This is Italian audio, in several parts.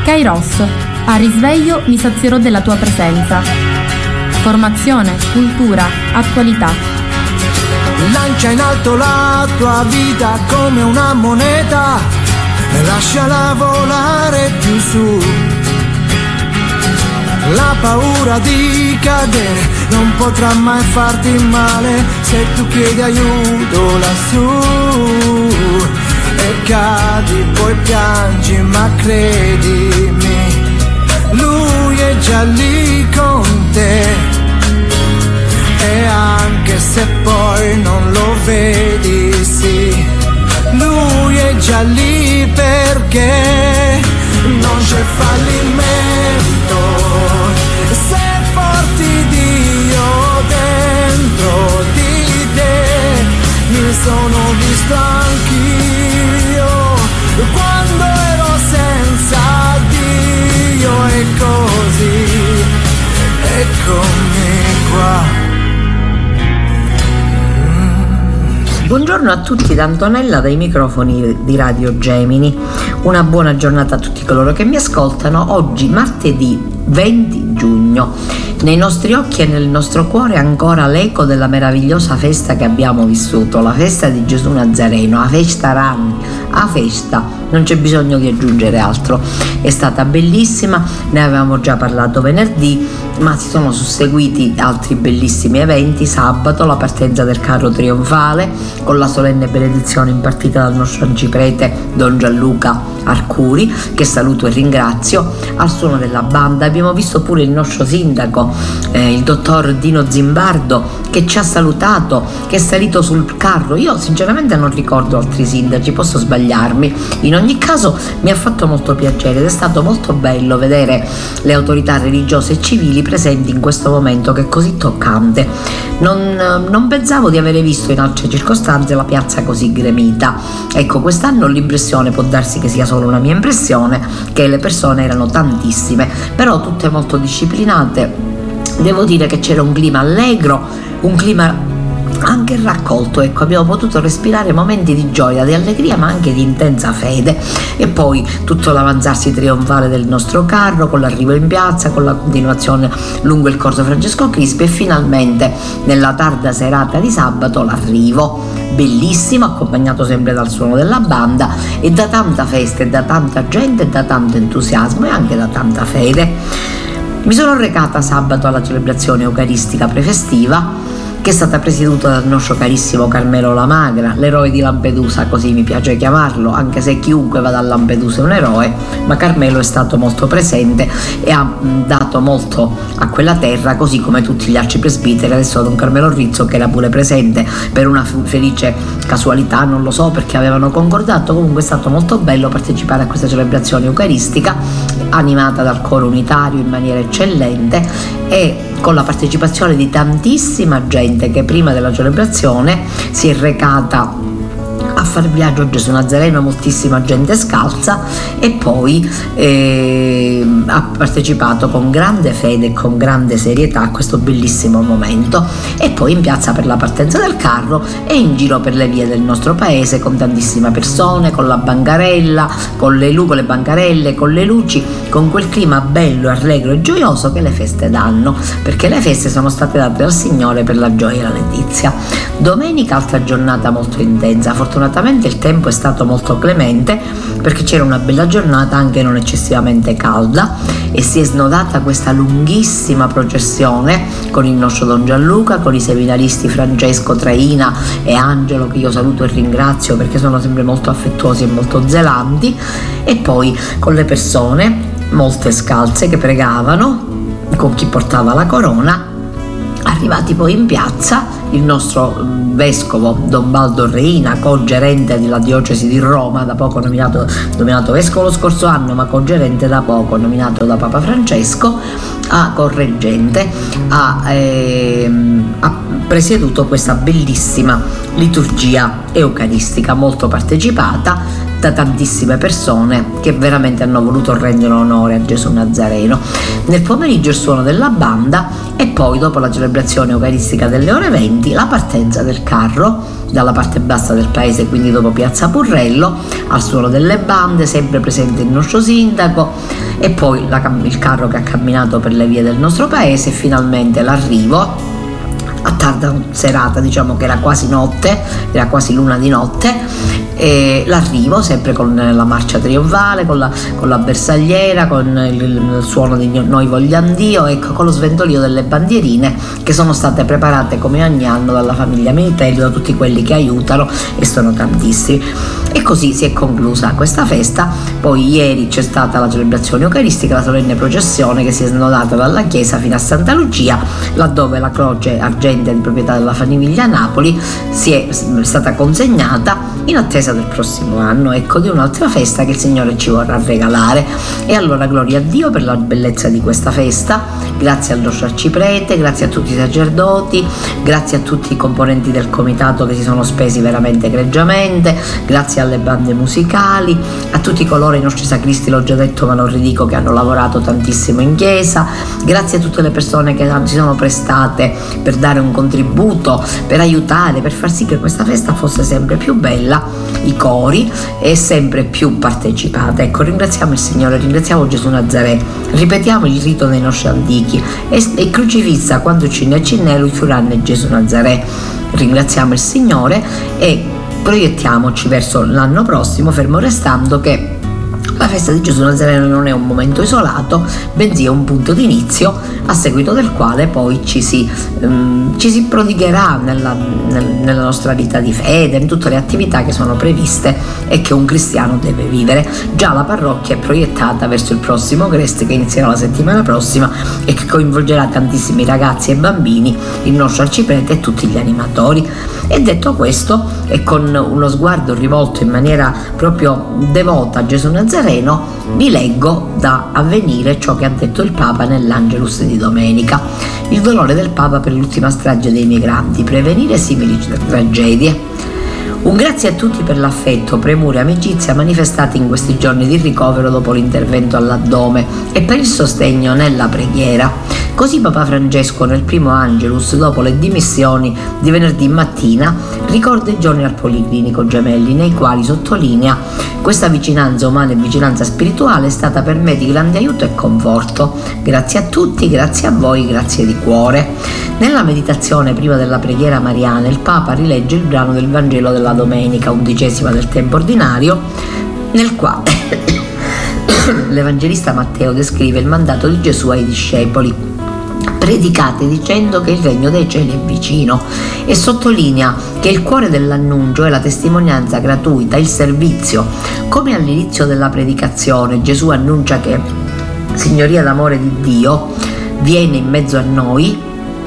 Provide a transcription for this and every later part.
Kairos, a risveglio mi sazierò della tua presenza. Formazione, cultura, attualità. Lancia in alto la tua vita come una moneta e lasciala volare più su. La paura di cadere non potrà mai farti male se tu chiedi aiuto lassù. E cadi, poi piangi, ma credimi, lui è già lì con te. E anche se poi non lo vedi, sì, lui è già lì perché non c'è fallimento se porti Dio dentro di te. Mi sono visto anch'io quando ero senza Dio e così eccomi qua. Buongiorno a tutti da Antonella dai microfoni di Radio Gemini. Una buona giornata a tutti coloro che mi ascoltano. Oggi martedì 20 giugno. Nei nostri occhi e nel nostro cuore ancora l'eco della meravigliosa festa che abbiamo vissuto, la festa di Gesù Nazareno, la festa Ranni, la festa, non c'è bisogno di aggiungere altro. È stata bellissima, ne avevamo già parlato venerdì, ma si sono susseguiti altri bellissimi eventi. Sabato la partenza del carro trionfale con la solenne benedizione impartita dal nostro arciprete Don Gianluca Arcuri, che saluto e ringrazio, al suono della banda. Abbiamo visto pure il nostro sindaco, il dottor Dino Zimbardo, che ci ha salutato, che è salito sul carro. Io sinceramente non ricordo altri sindaci, posso sbagliarmi. In ogni caso mi ha fatto molto piacere ed è stato molto bello vedere le autorità religiose e civili presenti in questo momento che è così toccante. Non pensavo di avere visto in altre circostanze la piazza così gremita. Ecco, quest'anno ho l'impressione, può darsi che sia solo una mia impressione, che le persone erano tantissime, però tutte molto disciplinate. Devo dire che c'era un clima allegro, un clima anche raccolto, ecco, abbiamo potuto respirare momenti di gioia, di allegria, ma anche di intensa fede. E poi tutto l'avanzarsi trionfale del nostro carro, con l'arrivo in piazza, con la continuazione lungo il corso Francesco Crispi e finalmente nella tarda serata di sabato l'arrivo bellissimo, accompagnato sempre dal suono della banda e da tanta festa e da tanta gente e da tanto entusiasmo e anche da tanta fede. Mi sono recata sabato alla celebrazione eucaristica prefestiva, che è stata presieduta dal nostro carissimo Carmelo La Magra, l'eroe di Lampedusa, così mi piace chiamarlo, anche se chiunque va da Lampedusa è un eroe, ma Carmelo è stato molto presente e ha dato molto a quella terra, così come tutti gli arcipresbiteri. Adesso Don Carmelo Rizzo, che era pure presente per una felice casualità, non lo so perché avevano concordato. Comunque è stato molto bello partecipare a questa celebrazione eucaristica, animata dal coro unitario in maniera eccellente e con la partecipazione di tantissima gente che prima della celebrazione si è recata a far viaggio a Gesù Nazareno, moltissima gente scalza, e poi ha partecipato con grande fede e con grande serietà a questo bellissimo momento, e poi in piazza per la partenza del carro e in giro per le vie del nostro paese con tantissime persone, con la bancarella, con le bancarelle, con le luci, con quel clima bello, allegro e gioioso che le feste danno, perché le feste sono state date dal Signore per la gioia e la letizia. Domenica altra giornata molto intensa, fortunatamente il tempo è stato molto clemente perché c'era una bella giornata anche non eccessivamente calda e si è snodata questa lunghissima processione con il nostro Don Gianluca, con i seminaristi Francesco, Traina e Angelo, che io saluto e ringrazio perché sono sempre molto affettuosi e molto zelanti, e poi con le persone molte scalze che pregavano, con chi portava la corona. Arrivati poi in piazza, il nostro vescovo Don Baldo Reina, co-gerente della diocesi di Roma, da poco nominato vescovo lo scorso anno, ma co-gerente da poco, nominato da Papa Francesco, correggente, ha presieduto questa bellissima liturgia eucaristica molto partecipata, da tantissime persone che veramente hanno voluto rendere onore a Gesù Nazareno. Nel pomeriggio il suono della banda e poi, dopo la celebrazione eucaristica delle ore 20, la partenza del carro dalla parte bassa del paese, quindi dopo Piazza Purrello, al suono delle bande, sempre presente il nostro sindaco, e poi il carro che ha camminato per le vie del nostro paese, e finalmente l'arrivo a tarda serata, diciamo che era quasi notte, era quasi luna di notte, e l'arrivo sempre con la marcia trionfale, con la bersagliera, con il suono di Noi vogliam Dio, ecco, con lo sventolio delle bandierine che sono state preparate come ogni anno dalla famiglia Militelli, da tutti quelli che aiutano, e sono tantissimi. E così si è conclusa questa festa. Poi ieri c'è stata la celebrazione eucaristica, la solenne processione che si è snodata dalla chiesa fino a Santa Lucia, laddove la croce argentea di proprietà della famiglia Napoli si è stata consegnata in attesa del prossimo anno, ecco, di un'altra festa che il Signore ci vorrà regalare. E allora gloria a Dio per la bellezza di questa festa, grazie al nostro arciprete, grazie a tutti i sacerdoti, grazie a tutti i componenti del comitato che si sono spesi veramente egregiamente, grazie alle bande musicali, a tutti coloro, i nostri sacristi, l'ho già detto ma non ridico, che hanno lavorato tantissimo in chiesa, grazie a tutte le persone che si sono prestate per dare un contributo, per aiutare, per far sì che questa festa fosse sempre più bella, i cori, e sempre più partecipata. Ecco, ringraziamo il Signore, ringraziamo Gesù Nazareno, ripetiamo il rito dei nostri antichi: e crocifissa quando cinne lui Fiuranne Gesù Nazareno. Ringraziamo il Signore e proiettiamoci verso l'anno prossimo, fermo restando che la festa di Gesù Nazareno non è un momento isolato, bensì è un punto di inizio, a seguito del quale poi ci si prodigherà nella nostra vita di fede, in tutte le attività che sono previste e che un cristiano deve vivere. Già la parrocchia è proiettata verso il prossimo Crest, che inizierà la settimana prossima e che coinvolgerà tantissimi ragazzi e bambini, il nostro arciprete e tutti gli animatori. E detto questo, e con uno sguardo rivolto in maniera proprio devota a Gesù Nazareno, vi leggo da Avvenire ciò che ha detto il Papa nell'Angelus di domenica. Il dolore del Papa per l'ultima strage dei migranti, prevenire simili tragedie. Un grazie a tutti per l'affetto, premura e amicizia manifestati in questi giorni di ricovero dopo l'intervento all'addome e per il sostegno nella preghiera. Così Papa Francesco nel primo Angelus, dopo le dimissioni di venerdì mattina, ricorda i giorni al Policlinico Gemelli, nei quali sottolinea: questa vicinanza umana e vicinanza spirituale è stata per me di grande aiuto e conforto. Grazie a tutti, grazie a voi, grazie di cuore. Nella meditazione prima della preghiera mariana, il Papa rilegge il brano del Vangelo della domenica 11 del tempo ordinario, nel quale l'Evangelista Matteo descrive il mandato di Gesù ai discepoli: predicate dicendo che il regno dei cieli è vicino, e sottolinea che il cuore dell'annuncio è la testimonianza gratuita, il servizio. Come all'inizio della predicazione Gesù annuncia che Signoria d'amore di Dio viene in mezzo a noi,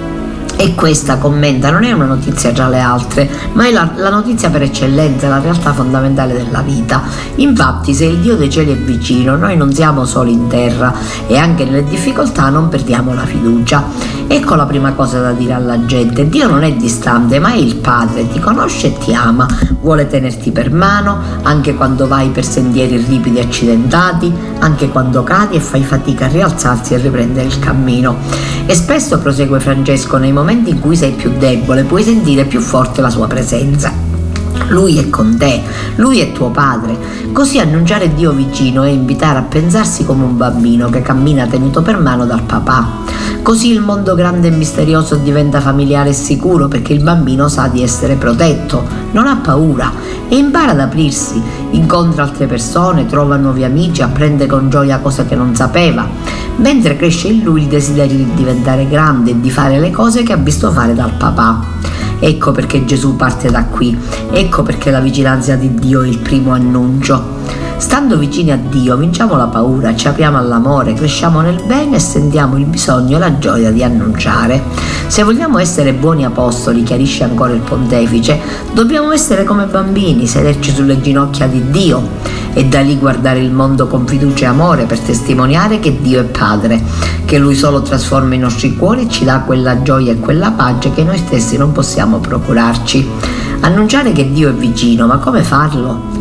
e questa, commenta, non è una notizia tra le altre, ma è la notizia per eccellenza, la realtà fondamentale della vita. Infatti, se il Dio dei cieli è vicino, noi non siamo soli in terra e anche nelle difficoltà non perdiamo la fiducia. Ecco la prima cosa da dire alla gente: Dio non è distante, ma è il Padre, ti conosce e ti ama, vuole tenerti per mano anche quando vai per sentieri ripidi e accidentati, anche quando cadi e fai fatica a rialzarsi e riprendere il cammino. E spesso, prosegue Francesco, nei momenti in cui sei più debole puoi sentire più forte la sua presenza. Lui è con te, Lui è tuo Padre. Così annunciare Dio vicino è invitare a pensarsi come un bambino che cammina tenuto per mano dal papà. Così il mondo grande e misterioso diventa familiare e sicuro, perché il bambino sa di essere protetto, non ha paura e impara ad aprirsi, incontra altre persone, trova nuovi amici, apprende con gioia cose che non sapeva, mentre cresce in lui il desiderio di diventare grande e di fare le cose che ha visto fare dal papà. Ecco perché Gesù parte da qui, ecco perché la vicinanza di Dio è il primo annuncio. Stando vicini a Dio vinciamo la paura, ci apriamo all'amore, cresciamo nel bene e sentiamo il bisogno e la gioia di annunciare. Se vogliamo essere buoni apostoli, chiarisce ancora il pontefice, dobbiamo essere come bambini, sederci sulle ginocchia di Dio e da lì guardare il mondo con fiducia e amore per testimoniare che Dio è Padre, che Lui solo trasforma i nostri cuori e ci dà quella gioia e quella pace che noi stessi non possiamo procurarci. Annunciare che Dio è vicino, ma come farlo?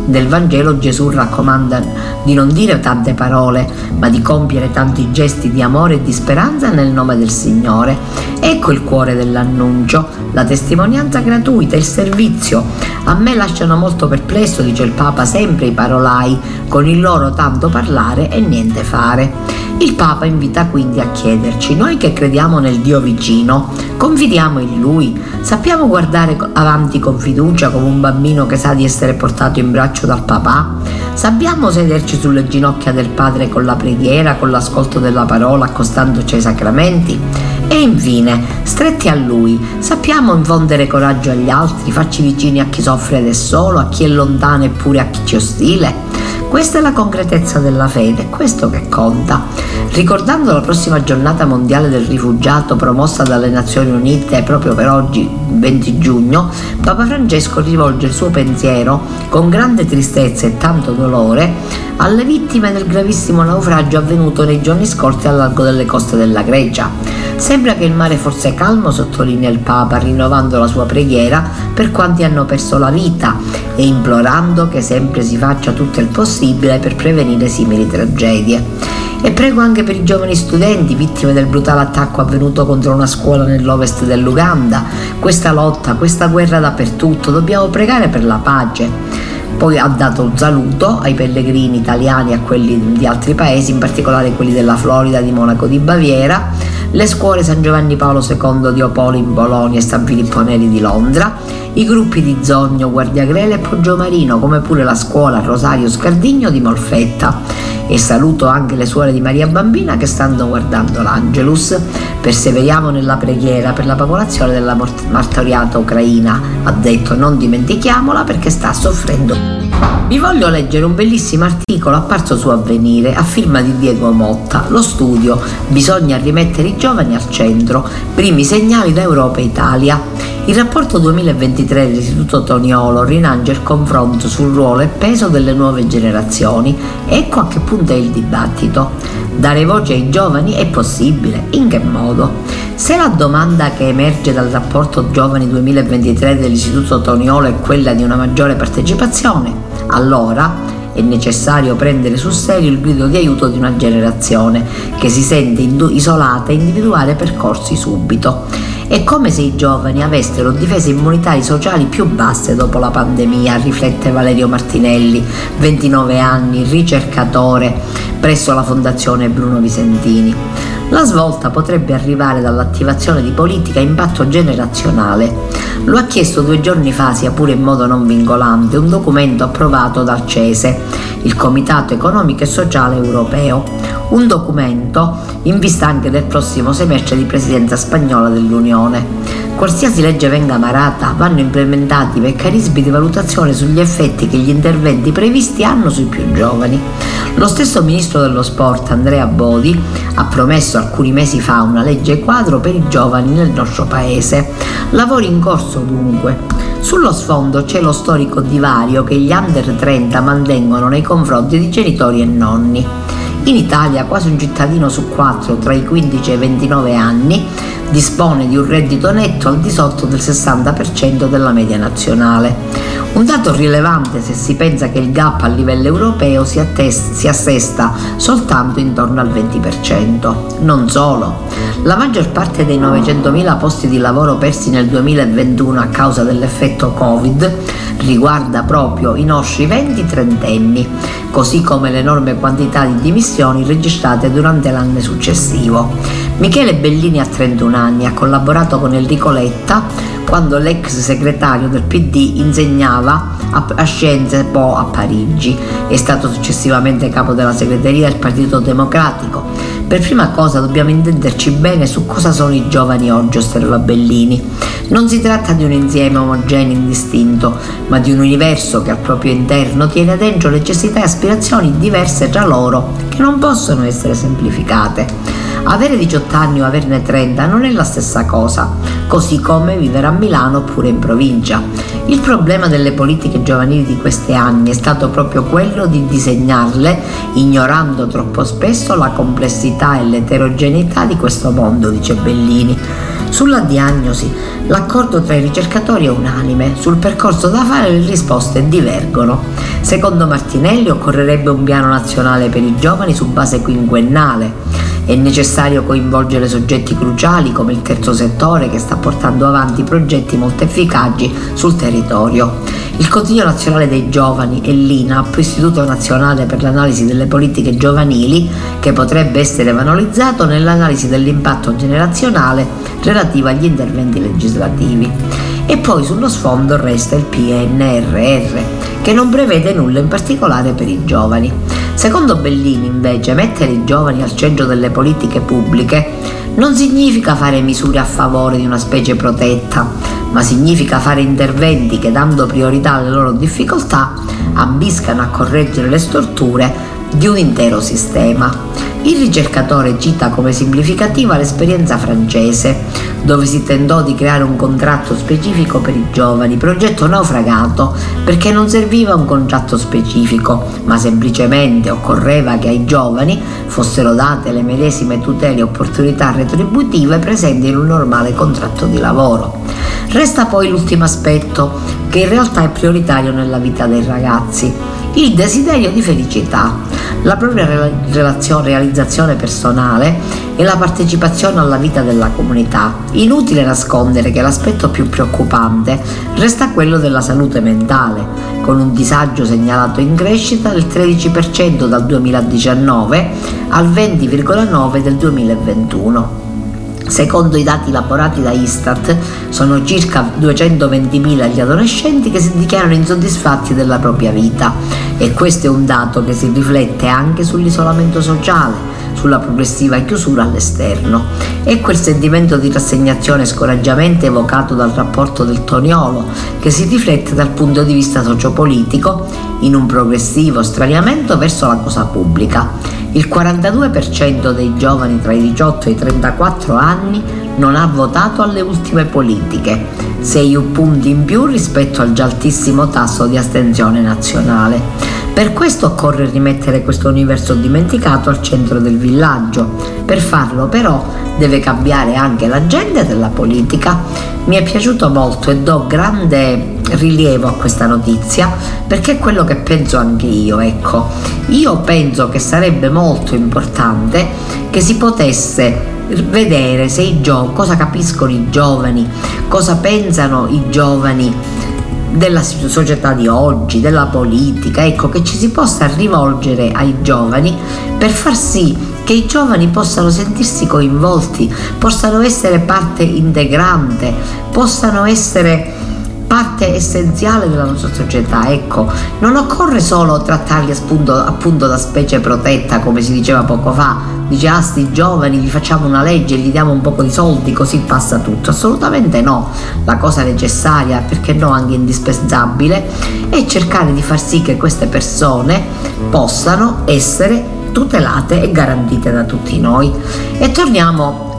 Nel Vangelo Gesù raccomanda di non dire tante parole, ma di compiere tanti gesti di amore e di speranza nel nome del Signore. Ecco il cuore dell'annuncio, la testimonianza gratuita, il servizio. A me lasciano molto perplesso, dice il Papa, sempre i parolai, con il loro tanto parlare e niente fare. Il Papa invita quindi a chiederci: noi che crediamo nel Dio vicino, confidiamo in Lui? Sappiamo guardare avanti con fiducia come un bambino che sa di essere portato in braccio dal papà? Sappiamo sederci sulle ginocchia del Padre con la preghiera, con l'ascolto della parola, accostandoci ai sacramenti? E infine, stretti a Lui, sappiamo infondere coraggio agli altri, farci vicini a chi soffre ed è solo, a chi è lontano eppure a chi ci ostile? Questa è la concretezza della fede, è questo che conta. Ricordando la prossima giornata mondiale del rifugiato promossa dalle Nazioni Unite proprio per oggi, 20 giugno, Papa Francesco rivolge il suo pensiero con grande tristezza e tanto dolore alle vittime del gravissimo naufragio avvenuto nei giorni scorsi al largo delle coste della Grecia. Sembra che il mare fosse calmo, sottolinea il Papa, rinnovando la sua preghiera per quanti hanno perso la vita e implorando che sempre si faccia tutto il possibile per prevenire simili tragedie. E prego anche per i giovani studenti vittime del brutale attacco avvenuto contro una scuola nell'ovest dell'Uganda. Questa lotta, questa guerra dappertutto, dobbiamo pregare per la pace. Poi ha dato un saluto ai pellegrini italiani e a quelli di altri paesi, in particolare quelli della Florida, di Monaco, di Baviera, le scuole San Giovanni Paolo II di Opole in Bologna e San Filippo Neri di Londra, i gruppi di Zogno, Guardiagrele e Poggiomarino, come pure la scuola Rosario Scardigno di Molfetta. E saluto anche le suore di Maria Bambina che stanno guardando l'Angelus. Perseveriamo nella preghiera per la popolazione della martoriata Ucraina, ha detto, non dimentichiamola perché sta soffrendo. Vi voglio leggere un bellissimo articolo apparso su Avvenire a firma di Diego Motta. Lo studio: bisogna rimettere i giovani al centro, primi segnali da Europa e Italia. Il rapporto 2023 dell'Istituto Toniolo rilancia il confronto sul ruolo e peso delle nuove generazioni. Ecco a che punto è il dibattito. Dare voce ai giovani è possibile? In che modo? Se la domanda che emerge dal rapporto Giovani 2023 dell'Istituto Toniolo è quella di una maggiore partecipazione, allora è necessario prendere sul serio il grido di aiuto di una generazione che si sente isolata e individuare percorsi subito. È come se i giovani avessero difese immunitarie sociali più basse dopo la pandemia, riflette Valerio Martinelli, 29 anni, ricercatore presso la Fondazione Bruno Visentini. La svolta potrebbe arrivare dall'attivazione di politica a impatto generazionale. Lo ha chiesto 2 giorni fa, sia pure in modo non vincolante, un documento approvato dal CESE, il Comitato Economico e Sociale Europeo. Un documento in vista anche del prossimo semestre di presidenza spagnola dell'Unione. Qualsiasi legge venga varata, vanno implementati meccanismi di valutazione sugli effetti che gli interventi previsti hanno sui più giovani. Lo stesso ministro dello sport, Andrea Bodi, ha promesso alcuni mesi fa una legge quadro per i giovani nel nostro paese. Lavori in corso dunque. Sullo sfondo c'è lo storico divario che gli under 30 mantengono nei confronti di genitori e nonni. In Italia quasi un cittadino su 4 tra i 15 e i 29 anni dispone di un reddito netto al di sotto del 60% della media nazionale. Un dato rilevante se si pensa che il gap a livello europeo si assesta soltanto intorno al 20%. Non solo, la maggior parte dei 900.000 posti di lavoro persi nel 2021 a causa dell'effetto Covid riguarda proprio i nostri 20-30enni, così come l'enorme quantità di dimissioni registrate durante l'anno successivo. Michele Bellini ha 31 anni, ha collaborato con Enrico Letta quando l'ex segretario del PD insegnava a Scienze Po a Parigi. È stato successivamente capo della segreteria del Partito Democratico. Per prima cosa dobbiamo intenderci bene su cosa sono i giovani oggi, osserva Bellini. Non si tratta di un insieme omogeneo indistinto, ma di un universo che al proprio interno tiene dentro necessità e aspirazioni diverse tra loro che non possono essere semplificate. Avere 18 anni o averne 30 non è la stessa cosa, così come vivere a Milano oppure in provincia. Il problema delle politiche giovanili di questi anni è stato proprio quello di disegnarle ignorando troppo spesso la complessità e l'eterogeneità di questo mondo, dice Bellini. Sulla diagnosi, l'accordo tra i ricercatori è unanime, sul percorso da fare le risposte divergono. Secondo Martinelli occorrerebbe un piano nazionale per i giovani su base quinquennale. È necessario coinvolgere soggetti cruciali come il terzo settore che sta portando avanti progetti molto efficaci sul territorio. Il Consiglio Nazionale dei Giovani e l'INAP, Istituto Nazionale per l'Analisi delle Politiche Giovanili, che potrebbe essere valorizzato nell'analisi dell'impatto generazionale relativa agli interventi legislativi. E poi sullo sfondo resta il PNRR, che non prevede nulla in particolare per i giovani. Secondo Bellini, invece, mettere i giovani al centro delle politiche pubbliche non significa fare misure a favore di una specie protetta, ma significa fare interventi che, dando priorità alle loro difficoltà, ambiscano a correggere le storture di un intero sistema. Il ricercatore cita come semplificativa l'esperienza francese, dove si tentò di creare un contratto specifico per i giovani, progetto naufragato perché non serviva un contratto specifico, ma semplicemente occorreva che ai giovani fossero date le medesime tutele e opportunità retributive presenti in un normale contratto di lavoro. Resta poi l'ultimo aspetto, che in realtà è prioritario nella vita dei ragazzi: il desiderio di felicità, la propria realizzazione personale e la partecipazione alla vita della comunità. Inutile nascondere che l'aspetto più preoccupante resta quello della salute mentale, con un disagio segnalato in crescita del 13% dal 2019 al 20,9% del 2021. Secondo i dati elaborati da Istat, sono circa 220.000 gli adolescenti che si dichiarano insoddisfatti della propria vita, e questo è un dato che si riflette anche sull'isolamento sociale, sulla progressiva chiusura all'esterno. E quel sentimento di rassegnazione e scoraggiamento evocato dal rapporto del Toniolo, che si riflette dal punto di vista sociopolitico in un progressivo straniamento verso la cosa pubblica. Il 42% dei giovani tra i 18 e i 34 anni non ha votato alle ultime politiche, 6 punti in più rispetto al già altissimo tasso di astensione nazionale. Per questo occorre rimettere questo universo dimenticato al centro del villaggio. Per farlo però deve cambiare anche l'agenda della politica. Mi è piaciuto molto e do grande rilievo a questa notizia perché è quello che penso anche io. Ecco, io penso che sarebbe molto importante che si potesse vedere se cosa capiscono i giovani, cosa pensano i giovani della società di oggi, della politica. Ecco, che ci si possa rivolgere ai giovani per far sì che i giovani possano sentirsi coinvolti, possano essere parte integrante, possano essere parte essenziale della nostra società. Ecco, non occorre solo trattarli appunto da specie protetta, come si diceva poco fa. Dice, sti giovani, gli facciamo una legge, gli diamo un poco di soldi, così passa tutto. Assolutamente no. La cosa necessaria, perché no anche indispensabile, è cercare di far sì che queste persone possano essere tutelate e garantite da tutti noi. E torniamo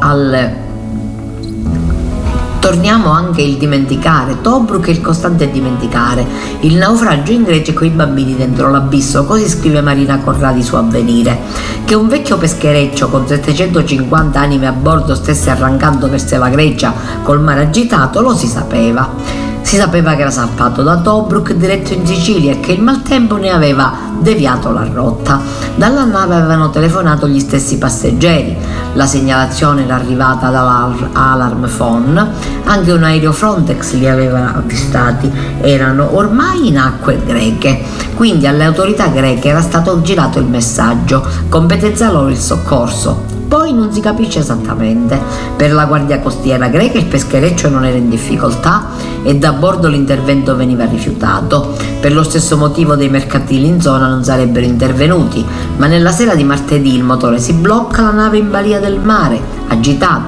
anche il dimenticare. Tobruk è il costante dimenticare, il naufragio in Grecia con i bambini dentro l'abisso, così scrive Marina Corradi su Avvenire. Che un vecchio peschereccio con 750 anime a bordo stesse arrancando verso la Grecia col mare agitato lo si sapeva. Si sapeva che era salpato da Tobruk diretto in Sicilia e che il maltempo ne aveva deviato la rotta. Dalla nave avevano telefonato gli stessi passeggeri. La segnalazione era arrivata dall'alarm phone. Anche un aereo Frontex li aveva avvistati. Erano ormai in acque greche. Quindi alle autorità greche era stato girato il messaggio: competenza loro il soccorso. Poi non si capisce esattamente. Per la guardia costiera greca il peschereccio non era in difficoltà e da bordo l'intervento veniva rifiutato. Per lo stesso motivo dei mercantili in zona non sarebbero intervenuti, ma nella sera di martedì il motore si blocca, la nave in balia del mare, agitato,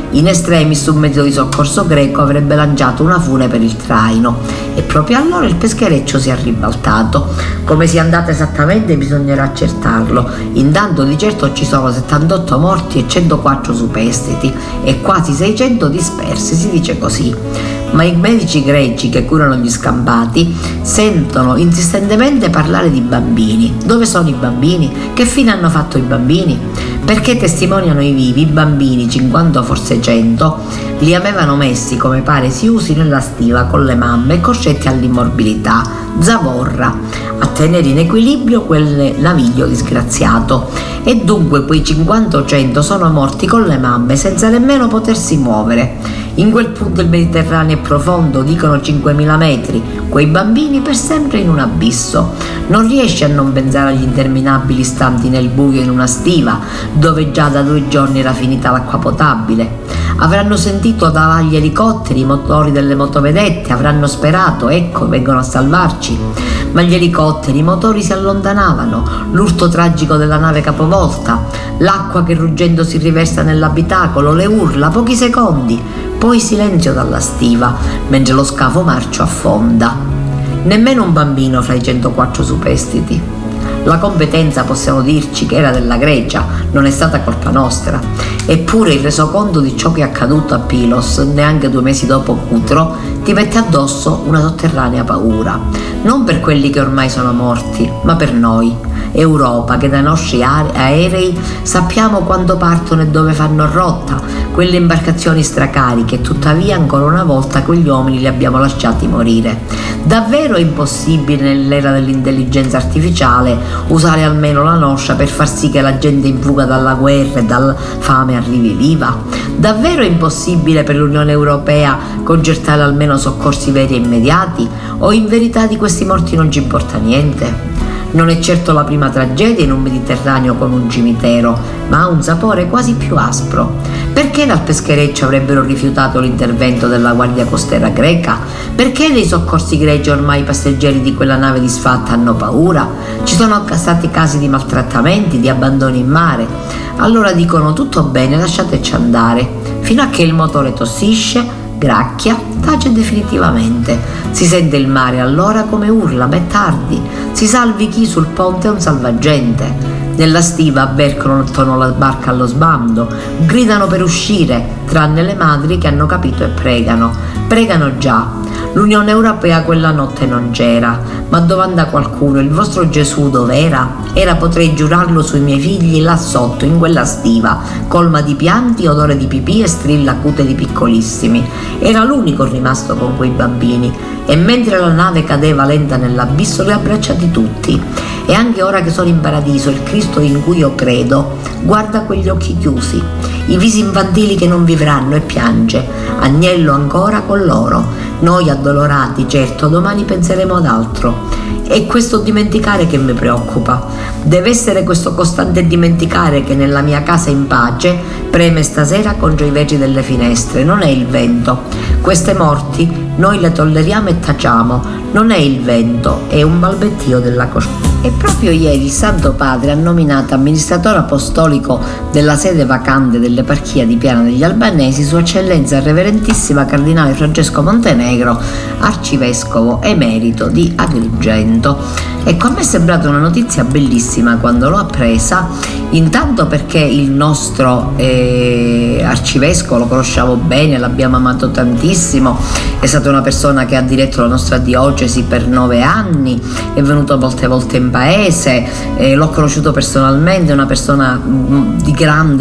In extremis un mezzo di soccorso greco avrebbe lanciato una fune per il traino e proprio allora il peschereccio si è ribaltato. Come sia andata esattamente bisognerà accertarlo. Intanto di certo ci sono 78 morti e 104 superstiti e quasi 600 dispersi, si dice così. Ma i medici greci che curano gli scampati sentono insistentemente parlare di bambini. Dove sono i bambini? Che fine hanno fatto i bambini? Perché testimoniano i vivi, i bambini, 50 o forse 100, li avevano messi, come pare si usi, nella stiva con le mamme, coscetti all'immobilità, zavorra, a tenere in equilibrio quel naviglio disgraziato. E dunque quei 50 o 100 sono morti con le mamme senza nemmeno potersi muovere. In quel punto il Mediterraneo è profondo, dicono 5.000 metri, quei bambini per sempre in un abisso. Non riesci a non pensare agli interminabili istanti nel buio in una stiva, dove già da 2 giorni era finita l'acqua potabile. Avranno sentito dagli elicotteri i motori delle motovedette, avranno sperato, ecco, vengono a salvarci. Ma gli elicotteri, i motori si allontanavano, l'urto tragico della nave capovolta, l'acqua che ruggendo si riversa nell'abitacolo, le urla, pochi secondi, poi silenzio dalla stiva, mentre lo scafo marcio affonda. Nemmeno un bambino fra i 104 superstiti. La competenza possiamo dirci che era della Grecia, non è stata colpa nostra. Eppure il resoconto di ciò che è accaduto a Pylos, neanche 2 mesi dopo Cutro, ti mette addosso una sotterranea paura. Non per quelli che ormai sono morti, ma per noi, Europa, che dai nostri aerei sappiamo quando partono e dove fanno rotta, quelle imbarcazioni stracariche, tuttavia ancora una volta quegli uomini li abbiamo lasciati morire. Davvero è impossibile nell'era dell'intelligenza artificiale usare almeno la nostra per far sì che la gente in fuga dalla guerra e dalla fame arrivi viva? Davvero è impossibile per l'Unione Europea concertare almeno soccorsi veri e immediati? O in verità di questi morti non ci importa niente? Non è certo la prima tragedia in un Mediterraneo con un cimitero, ma ha un sapore quasi più aspro. Perché dal peschereccio avrebbero rifiutato l'intervento della Guardia Costiera greca? Perché dei soccorsi greci ormai i passeggeri di quella nave disfatta hanno paura? Ci sono stati casi di maltrattamenti, di abbandoni in mare. Allora dicono tutto bene, lasciateci andare, fino a che il motore tossisce, gracchia, tace definitivamente. Si sente il mare allora come urla, ma è tardi. Si salvi chi sul ponte è un salvagente. Nella stiva avvertono la barca allo sbando, gridano per uscire, tranne le madri che hanno capito e pregano. Pregano già. L'Unione Europea quella notte non c'era, ma domanda qualcuno, il vostro Gesù dov'era? Era, potrei giurarlo sui miei figli, là sotto, in quella stiva, colma di pianti, odore di pipì e strilla acute di piccolissimi. Era l'unico rimasto con quei bambini, e mentre la nave cadeva lenta nell'abisso li ha abbracciati tutti. E anche ora che sono in paradiso, il Cristo in cui io credo guarda quegli occhi chiusi, i visi infantili che non vivranno e piange, agnello ancora con loro. Noi addolorati, certo, domani penseremo ad altro. È questo dimenticare che mi preoccupa. Deve essere questo costante dimenticare che nella mia casa in pace preme stasera contro i vetri delle finestre. Non è il vento. Queste morti noi le tolleriamo e tacciamo. Non è il vento, è un balbettio della coscienza. E proprio ieri il Santo Padre ha nominato amministratore apostolico della sede vacante dell'eparchia di Piana degli Albanesi Sua Eccellenza Reverentissima Cardinale Francesco Montenegro, arcivescovo emerito di Agrigento. Ecco, a me è sembrata una notizia bellissima quando l'ho appresa, intanto perché il nostro arcivescovo lo conosciamo bene, l'abbiamo amato tantissimo, è stata una persona che ha diretto la nostra diocesi per 9 anni, è venuto volte in paese, l'ho conosciuto personalmente, una persona di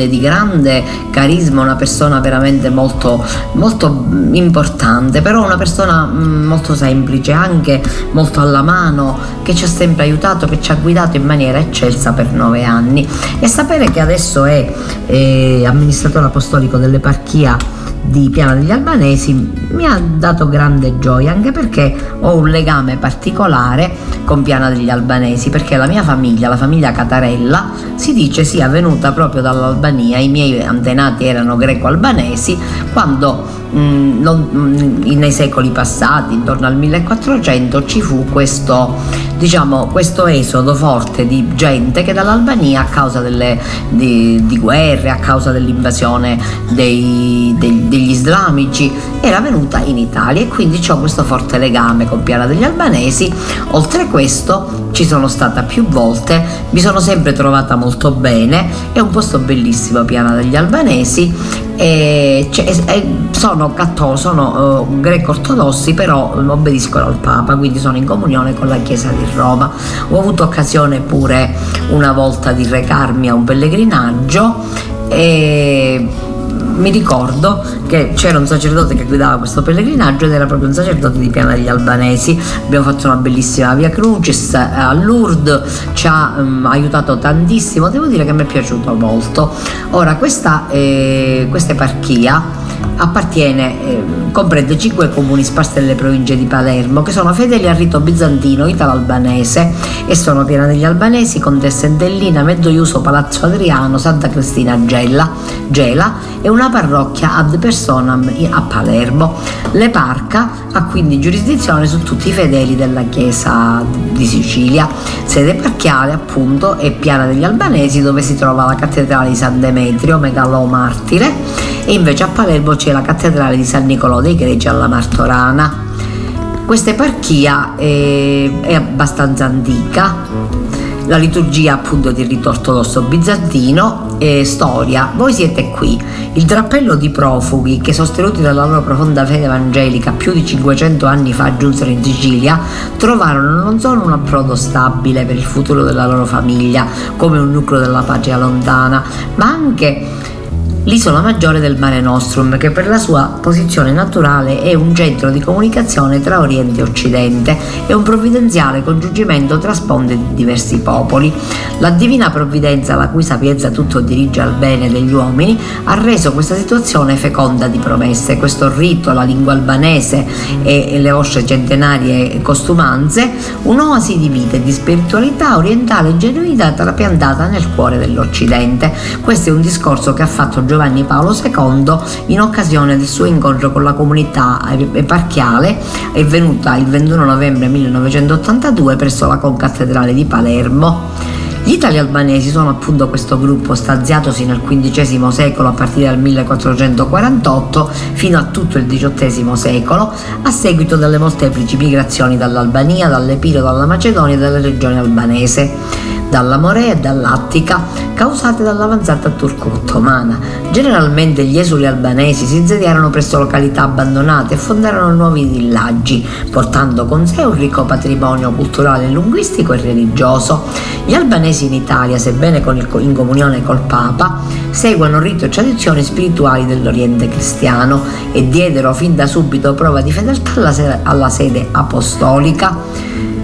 grande carisma, una persona veramente molto importante, però una persona molto semplice, anche molto alla mano, che ci ha sempre aiutato, che ci ha guidato in maniera eccelsa per 9 anni. E sapere che adesso è amministratore apostolico dell'eparchia di Piana degli Albanesi mi ha dato grande gioia, anche perché ho un legame particolare con Piana degli Albanesi, perché la mia famiglia, la famiglia Catarella, si dice sia venuta proprio dall'Albania. I miei antenati erano greco-albanesi. Quando nei secoli passati, intorno al 1400, ci fu questo esodo forte di gente che dall'Albania, a causa di guerre, a causa dell'invasione degli islamici, era venuta in Italia, e quindi c'ho questo forte legame con Piana degli Albanesi. Oltre a questo ci sono stata più volte, mi sono sempre trovata molto bene, è un posto bellissimo Piana degli Albanesi. Sono greco-ortodossi, però obbediscono al Papa, quindi sono in comunione con la Chiesa di Roma. Ho avuto occasione pure una volta di recarmi a un pellegrinaggio, e mi ricordo che c'era un sacerdote che guidava questo pellegrinaggio, ed era proprio un sacerdote di Piana degli Albanesi. Abbiamo fatto una bellissima Via Crucis a Lourdes, ci ha aiutato tantissimo, devo dire che mi è piaciuto molto. Ora questa eparchia comprende 5 comuni sparsi nelle province di Palermo, che sono fedeli al rito bizantino italo-albanese, e sono Piana degli Albanesi, Contessa Entellina, Meddoiuso, Palazzo Adriano, Santa Cristina Gela e una parrocchia ad personam a Palermo. L'eparca ha quindi giurisdizione su tutti i fedeli della Chiesa di Sicilia. Sede eparchiale appunto è Piana degli Albanesi, dove si trova la cattedrale di San Demetrio, megalo martire, e invece a Palermo c'è la cattedrale di San Nicolò dei Greci alla Martorana. Questa eparchia è abbastanza antica. La liturgia appunto di rito ortodosso bizantino. Storia: voi siete qui. Il drappello di profughi che, sostenuti dalla loro profonda fede evangelica, più di 500 anni fa giunsero in Sicilia, trovarono non solo un approdo stabile per il futuro della loro famiglia, come un nucleo della patria lontana, ma anche l'isola maggiore del Mare Nostrum, che per la sua posizione naturale è un centro di comunicazione tra Oriente e Occidente e un provvidenziale congiungimento tra sponde di diversi popoli. La divina provvidenza, la cui sapienza tutto dirige al bene degli uomini, ha reso questa situazione feconda di promesse. Questo rito, la lingua albanese e le osce centenarie costumanze, un'oasi di vita e di spiritualità orientale e genuina trapiantata nel cuore dell'Occidente. Questo è un discorso che ha fatto Giovanni Paolo II in occasione del suo incontro con la comunità eparchiale, è venuta il 21 novembre 1982 presso la concattedrale di Palermo. Gli italo-albanesi sono appunto questo gruppo staziatosi nel XV secolo, a partire dal 1448 fino a tutto il XVIII secolo, a seguito delle molteplici migrazioni dall'Albania, dall'Epiro, dalla Macedonia e dalle regioni albanese, dalla Morea e dall'Attica, causate dall'avanzata turco-ottomana. Generalmente gli esuli albanesi si insediarono presso località abbandonate e fondarono nuovi villaggi, portando con sé un ricco patrimonio culturale, linguistico e religioso. Gli albanesi in Italia, sebbene in comunione col Papa, seguono riti e tradizioni spirituali dell'Oriente cristiano e diedero fin da subito prova di fedeltà alla sede apostolica.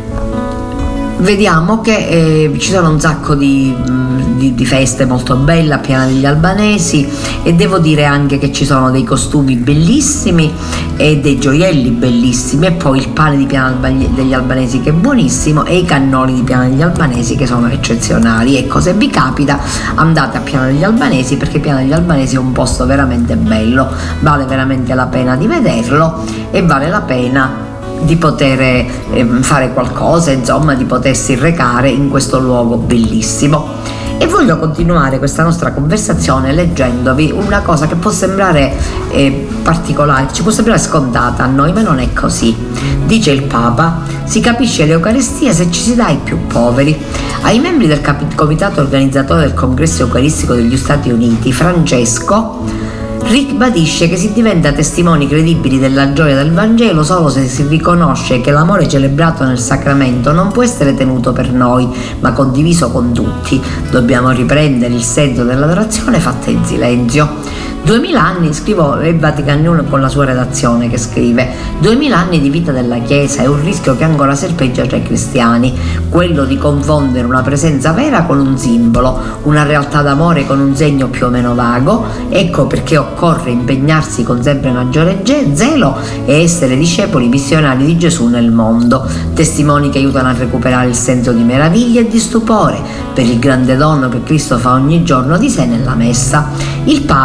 Vediamo che ci sono un sacco di feste molto belle a Piana degli Albanesi, e devo dire anche che ci sono dei costumi bellissimi e dei gioielli bellissimi, e poi il pane di Piana degli Albanesi che è buonissimo, e i cannoli di Piana degli Albanesi che sono eccezionali. Ecco, se vi capita andate a Piana degli Albanesi, perché Piana degli Albanesi è un posto veramente bello, vale veramente la pena di vederlo, e vale la pena di poter fare qualcosa, insomma, di potersi recare in questo luogo bellissimo. E voglio continuare questa nostra conversazione leggendovi una cosa che può sembrare particolare, ci può sembrare scontata a noi, ma non è così. Dice il Papa: si capisce l'Eucaristia se ci si dà ai più poveri. Ai membri del comitato organizzatore del Congresso Eucaristico degli Stati Uniti, Francesco ribadisce che si diventa testimoni credibili della gioia del Vangelo solo se si riconosce che l'amore celebrato nel sacramento non può essere tenuto per noi, ma condiviso con tutti. Dobbiamo riprendere il senso dell'adorazione fatta in silenzio. 2000 anni, scrivo il Vatican News con la sua redazione, che scrive: 2000 anni di vita della Chiesa è un rischio che ancora serpeggia tra i cristiani, quello di confondere una presenza vera con un simbolo, una realtà d'amore con un segno più o meno vago. Ecco perché occorre impegnarsi con sempre maggiore zelo e essere discepoli missionari di Gesù nel mondo, testimoni che aiutano a recuperare il senso di meraviglia e di stupore per il grande dono che Cristo fa ogni giorno di sé nella messa. Il Papa riprende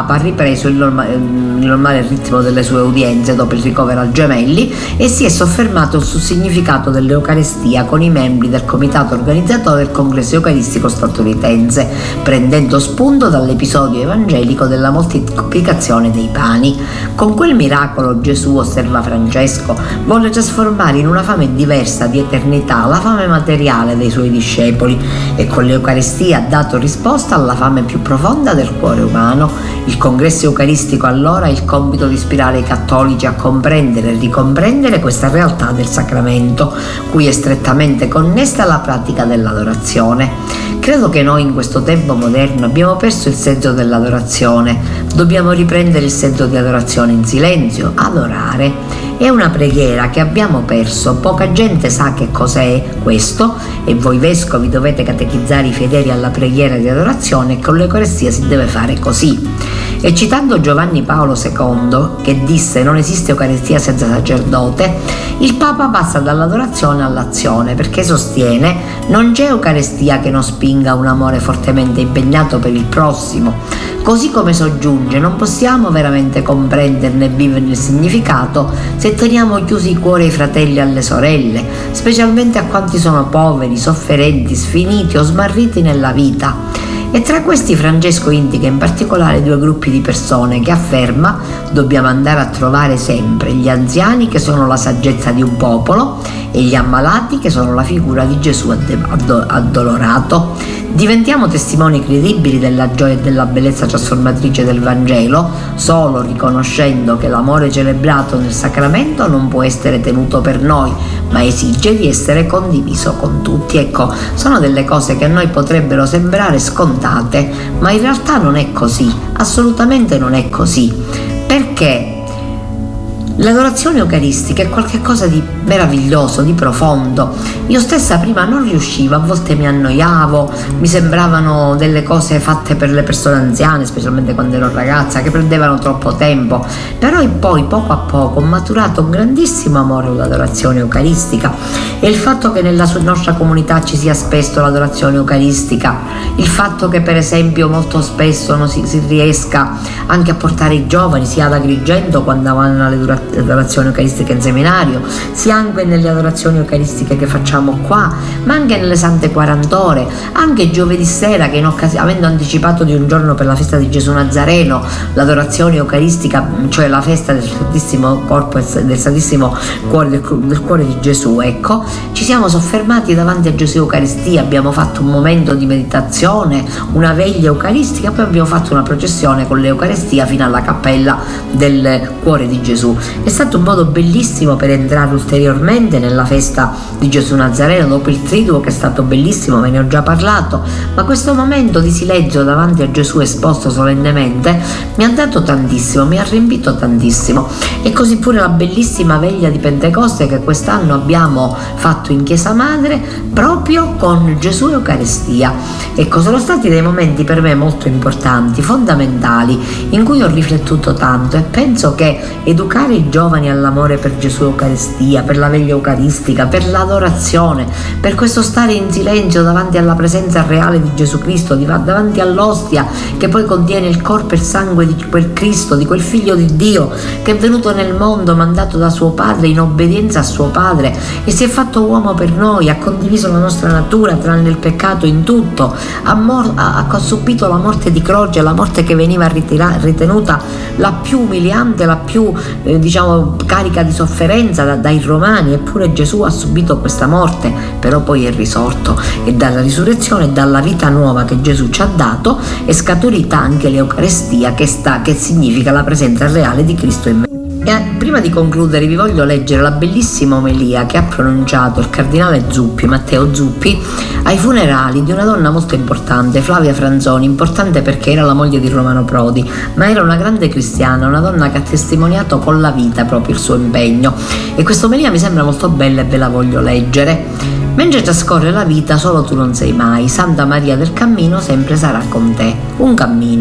ripreso il normale ritmo delle sue udienze dopo il ricovero al Gemelli e si è soffermato sul significato dell'Eucaristia con i membri del comitato organizzatore del congresso eucaristico statunitense, prendendo spunto dall'episodio evangelico della moltiplicazione dei pani. Con quel miracolo Gesù, osserva Francesco, volle trasformare in una fame diversa di eternità la fame materiale dei suoi discepoli e con l'Eucaristia ha dato risposta alla fame più profonda del cuore umano. Il congresso eucaristico allora ha il compito di ispirare i cattolici a comprendere e ricomprendere questa realtà del sacramento, cui è strettamente connessa la pratica dell'adorazione. Credo che noi in questo tempo moderno abbiamo perso il senso dell'adorazione. Dobbiamo riprendere il senso di adorazione in silenzio, adorare. È una preghiera che abbiamo perso, poca gente sa che cos'è questo e voi vescovi dovete catechizzare i fedeli alla preghiera di adorazione e con l'Eucaristia si deve fare così. E citando Giovanni Paolo II, che disse non esiste Eucaristia senza sacerdote, il Papa passa dall'adorazione all'azione perché sostiene non c'è Eucaristia che non spinga un amore fortemente impegnato per il prossimo. Così come soggiunge, non possiamo veramente comprenderne e viverne il significato se teniamo chiusi i cuori ai fratelli e alle sorelle, specialmente a quanti sono poveri, sofferenti, sfiniti o smarriti nella vita. E tra questi Francesco indica in particolare due gruppi di persone che afferma dobbiamo andare a trovare sempre gli anziani che sono la saggezza di un popolo e gli ammalati che sono la figura di Gesù addolorato. Diventiamo testimoni credibili della gioia e della bellezza trasformatrice del Vangelo solo riconoscendo che l'amore celebrato nel sacramento non può essere tenuto per noi, ma esige di essere condiviso con tutti. Ecco, sono delle cose che a noi potrebbero sembrare scontate, ma in realtà non è così, assolutamente non è così, perché l'adorazione eucaristica è qualcosa di meraviglioso, di profondo. Io stessa prima non riuscivo, a volte mi annoiavo, mi sembravano delle cose fatte per le persone anziane, specialmente quando ero ragazza, che prendevano troppo tempo. Però poi poco a poco ho maturato un grandissimo amore all'adorazione eucaristica e il fatto che nella nostra comunità ci sia spesso l'adorazione eucaristica, il fatto che per esempio molto spesso non si riesca anche a portare i giovani sia ad Agrigento quando vanno alle adorazioni eucaristiche in seminario, sia anche nelle adorazioni eucaristiche che facciamo qua, ma anche nelle Sante 40 Ore, anche giovedì sera che avendo anticipato di un giorno per la festa di Gesù Nazareno l'adorazione eucaristica, cioè la festa del Santissimo Corpo e del Santissimo Cuore del Cuore di Gesù, ecco, ci siamo soffermati davanti a Gesù Eucaristia, abbiamo fatto un momento di meditazione, una veglia eucaristica, poi abbiamo fatto una processione con l'Eucaristia fino alla cappella del Cuore di Gesù. È stato un modo bellissimo per entrare ulteriormente nella festa di Gesù Nazareno dopo il triduo, che è stato bellissimo, ve ne ho già parlato, ma questo momento di silenzio davanti a Gesù esposto solennemente mi ha dato tantissimo, mi ha riempito tantissimo. E così pure la bellissima veglia di Pentecoste che quest'anno abbiamo fatto in Chiesa Madre proprio con Gesù Eucaristia. Ecco, sono stati dei momenti per me molto importanti, fondamentali, in cui ho riflettuto tanto e penso che educare i giovani all'amore per Gesù Eucaristia, per la veglia eucaristica, per l'adorazione, per questo stare in silenzio davanti alla presenza reale di Gesù Cristo, davanti all'ostia che poi contiene il corpo e il sangue di quel Cristo, di quel Figlio di Dio che è venuto nel mondo mandato da suo Padre in obbedienza a suo Padre e si è fatto uomo per noi, ha condiviso la nostra natura tranne il peccato in tutto, ha subito la morte di croce, la morte che veniva ritenuta la più umiliante, la più carica di sofferenza dai romani, eppure Gesù ha subito questa morte, però poi è risorto e dalla risurrezione e dalla vita nuova che Gesù ci ha dato è scaturita anche l'Eucaristia che significa la presenza reale di Cristo in me. E prima di concludere vi voglio leggere la bellissima omelia che ha pronunciato il cardinale Zuppi, Matteo Zuppi, ai funerali di una donna molto importante, Flavia Franzoni, importante perché era la moglie di Romano Prodi, ma era una grande cristiana, una donna che ha testimoniato con la vita proprio il suo impegno. E questa omelia mi sembra molto bella e ve la voglio leggere. Mentre trascorre la vita solo tu non sei mai, Santa Maria del Cammino sempre sarà con te. Un cammino.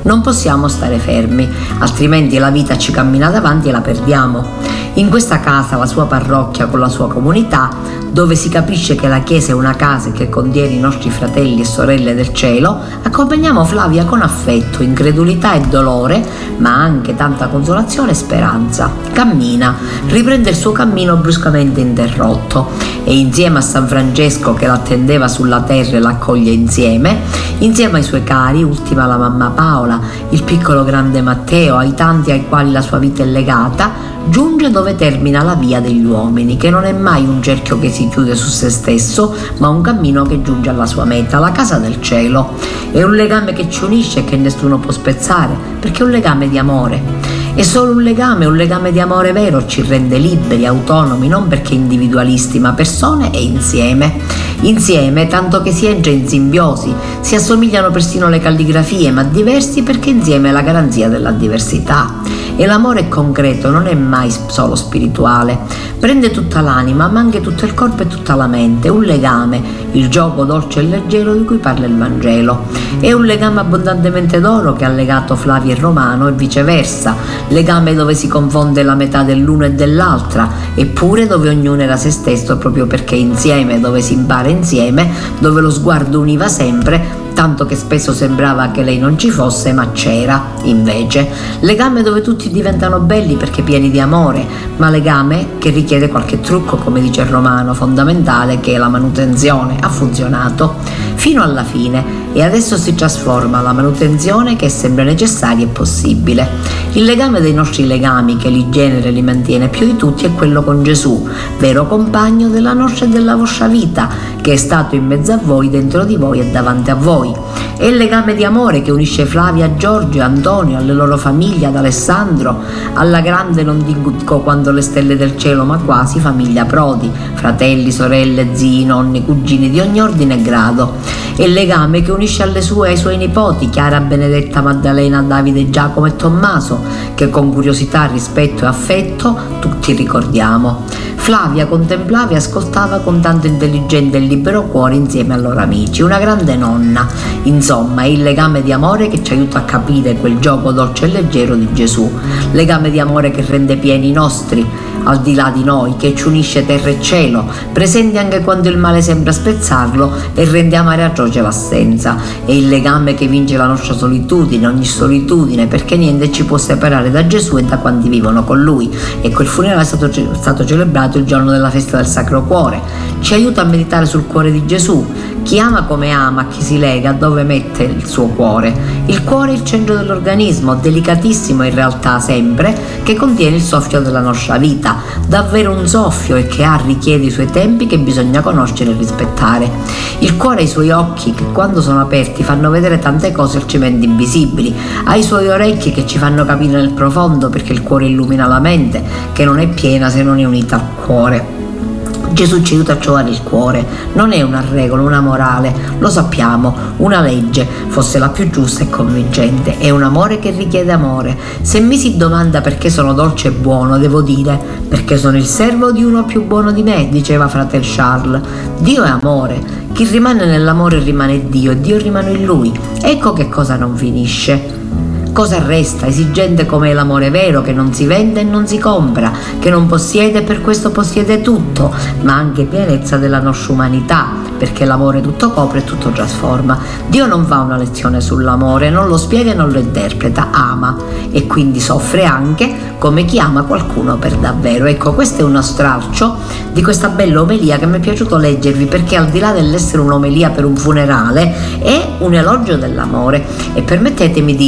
Non possiamo stare fermi, altrimenti la vita ci cammina davanti e la perdiamo. In questa casa, la sua parrocchia con la sua comunità, dove si capisce che la Chiesa è una casa che contiene i nostri fratelli e sorelle del cielo, accompagniamo Flavia con affetto, incredulità e dolore, ma anche tanta consolazione e speranza. Cammina, riprende il suo cammino bruscamente interrotto e insieme a San Francesco che l'attendeva sulla terra e l'accoglie insieme ai suoi cari, ultima la mamma Paola, il piccolo grande Matteo, ai tanti ai quali la sua vita è legata, giunge dove termina la via degli uomini, che non è mai un cerchio che si chiude su se stesso, ma un cammino che giunge alla sua meta, la casa del cielo. È un legame che ci unisce e che nessuno può spezzare, perché è un legame di amore. E solo un legame di amore vero ci rende liberi, autonomi, non perché individualisti, ma persone e insieme. Insieme, tanto che si entra in simbiosi, si assomigliano persino le calligrafie, ma diversi perché insieme è la garanzia della diversità. E l'amore è concreto, non è mai solo spirituale. Prende tutta l'anima, ma anche tutto il corpo e tutta la mente. Un legame, il gioco dolce e leggero di cui parla il Vangelo. È un legame abbondantemente d'oro che ha legato Flavia e Romano e viceversa. Legame dove si confonde la metà dell'uno e dell'altra, eppure dove ognuno era se stesso proprio perché insieme, dove si impara insieme, dove lo sguardo univa sempre, tanto che spesso sembrava che lei non ci fosse, ma c'era invece. Legame dove tutti diventano belli perché pieni di amore, ma legame che richiede qualche trucco, come dice il Romano, fondamentale, che è la manutenzione. Ha funzionato fino alla fine e adesso si trasforma la manutenzione che sembra necessaria e possibile. Il legame dei nostri legami, che li genera e li mantiene più di tutti, è quello con Gesù, vero compagno della nostra e della vostra vita, che è stato in mezzo a voi, dentro di voi e davanti a voi. È il legame di amore che unisce Flavia a Giorgio e Antonio, alle loro famiglie, ad Alessandro, alla grande, non dico quando le stelle del cielo, ma quasi famiglia Prodi, fratelli, sorelle, zii, nonni, cugini di ogni ordine e grado. È il legame che unisce alle sue e ai suoi nipoti, Chiara, Benedetta, Maddalena, Davide, Giacomo e Tommaso, che con curiosità, rispetto e affetto tutti ricordiamo. Flavia contemplava e ascoltava con tanto intelligente e libero cuore insieme ai loro amici, una grande nonna. Insomma, è il legame di amore che ci aiuta a capire quel gioco dolce e leggero di Gesù, legame di amore che rende pieni i nostri, al di là di noi, che ci unisce terra e cielo, presente anche quando il male sembra spezzarlo e rende amare atroce l'assenza. È il legame che vince la nostra solitudine, ogni solitudine, perché niente ci può separare da Gesù e da quanti vivono con Lui. Ecco, il funerale è stato celebrato il giorno della festa del Sacro Cuore. Ci aiuta a meditare sul cuore di Gesù. Chi ama come ama, a chi si lega, dove mette il suo cuore. Il cuore è il centro dell'organismo, delicatissimo in realtà sempre, che contiene il soffio della nostra vita, davvero un soffio e che richiede i suoi tempi che bisogna conoscere e rispettare. Il cuore ha i suoi occhi che quando sono aperti fanno vedere tante cose altrimenti invisibili, ha i suoi orecchi che ci fanno capire nel profondo perché il cuore illumina la mente, che non è piena se non è unita al cuore. Gesù ci aiuta a trovare il cuore, non è una regola, una morale, lo sappiamo, una legge, fosse la più giusta e convincente, è un amore che richiede amore. Se mi si domanda perché sono dolce e buono, devo dire perché sono il servo di uno più buono di me, diceva fratel Charles. Dio è amore, chi rimane nell'amore rimane Dio e Dio rimane in lui. Ecco che cosa non finisce. Cosa resta? Esigente come l'amore vero, che non si vende e non si compra, che non possiede e per questo possiede tutto, ma anche pienezza della nostra umanità, perché l'amore tutto copre e tutto trasforma. Dio non fa una lezione sull'amore, non lo spiega e non lo interpreta, ama e quindi soffre anche come chi ama qualcuno per davvero. Ecco, questo è uno stralcio di questa bella omelia che mi è piaciuto leggervi, perché al di là dell'essere un'omelia per un funerale è un elogio dell'amore. E permettetemi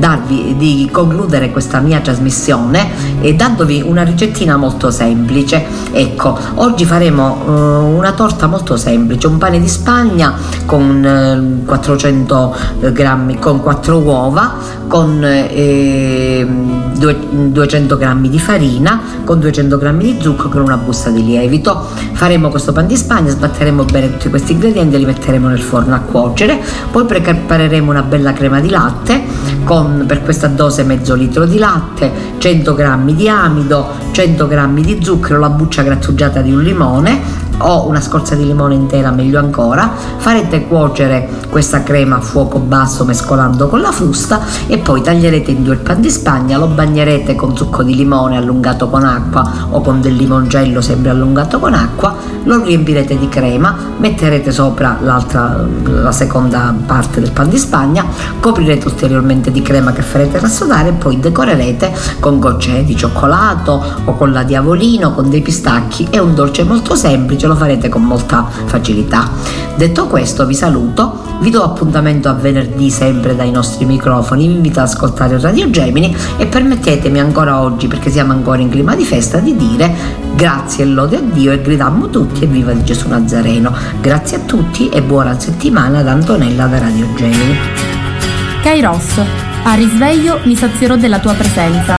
di concludere questa mia trasmissione dandovi una ricettina molto semplice. Ecco, oggi faremo una torta molto semplice, un pane di Spagna con 400 grammi, con 4 uova, con 200 grammi di farina, con 200 grammi di zucchero, con una busta di lievito. Faremo questo pan di Spagna, sbatteremo bene tutti questi ingredienti e li metteremo nel forno a cuocere. Poi prepareremo una bella crema di latte per questa dose mezzo litro di latte, 100 grammi di amido, 100 grammi di zucchero, la buccia grattugiata di un limone, o una scorza di limone intera, meglio ancora. Farete cuocere questa crema a fuoco basso mescolando con la frusta e poi taglierete in due il pan di Spagna, lo bagnerete con succo di limone allungato con acqua o con del limoncello sempre allungato con acqua, lo riempirete di crema, metterete sopra la seconda parte del pan di Spagna, coprirete ulteriormente di crema che farete rassodare e poi decorerete con gocce di cioccolato o con la diavolino, con dei pistacchi. È un dolce molto semplice, lo farete con molta facilità. Detto questo, vi saluto, vi do appuntamento a venerdì sempre dai nostri microfoni, vi invito ad ascoltare Radio Gemini e permettetemi ancora oggi, perché siamo ancora in clima di festa, di dire grazie e lode a Dio e gridammo tutti evviva di Gesù Nazareno. Grazie a tutti e buona settimana da Antonella da Radio Gemini. Kairos, a risveglio mi sazierò della tua presenza.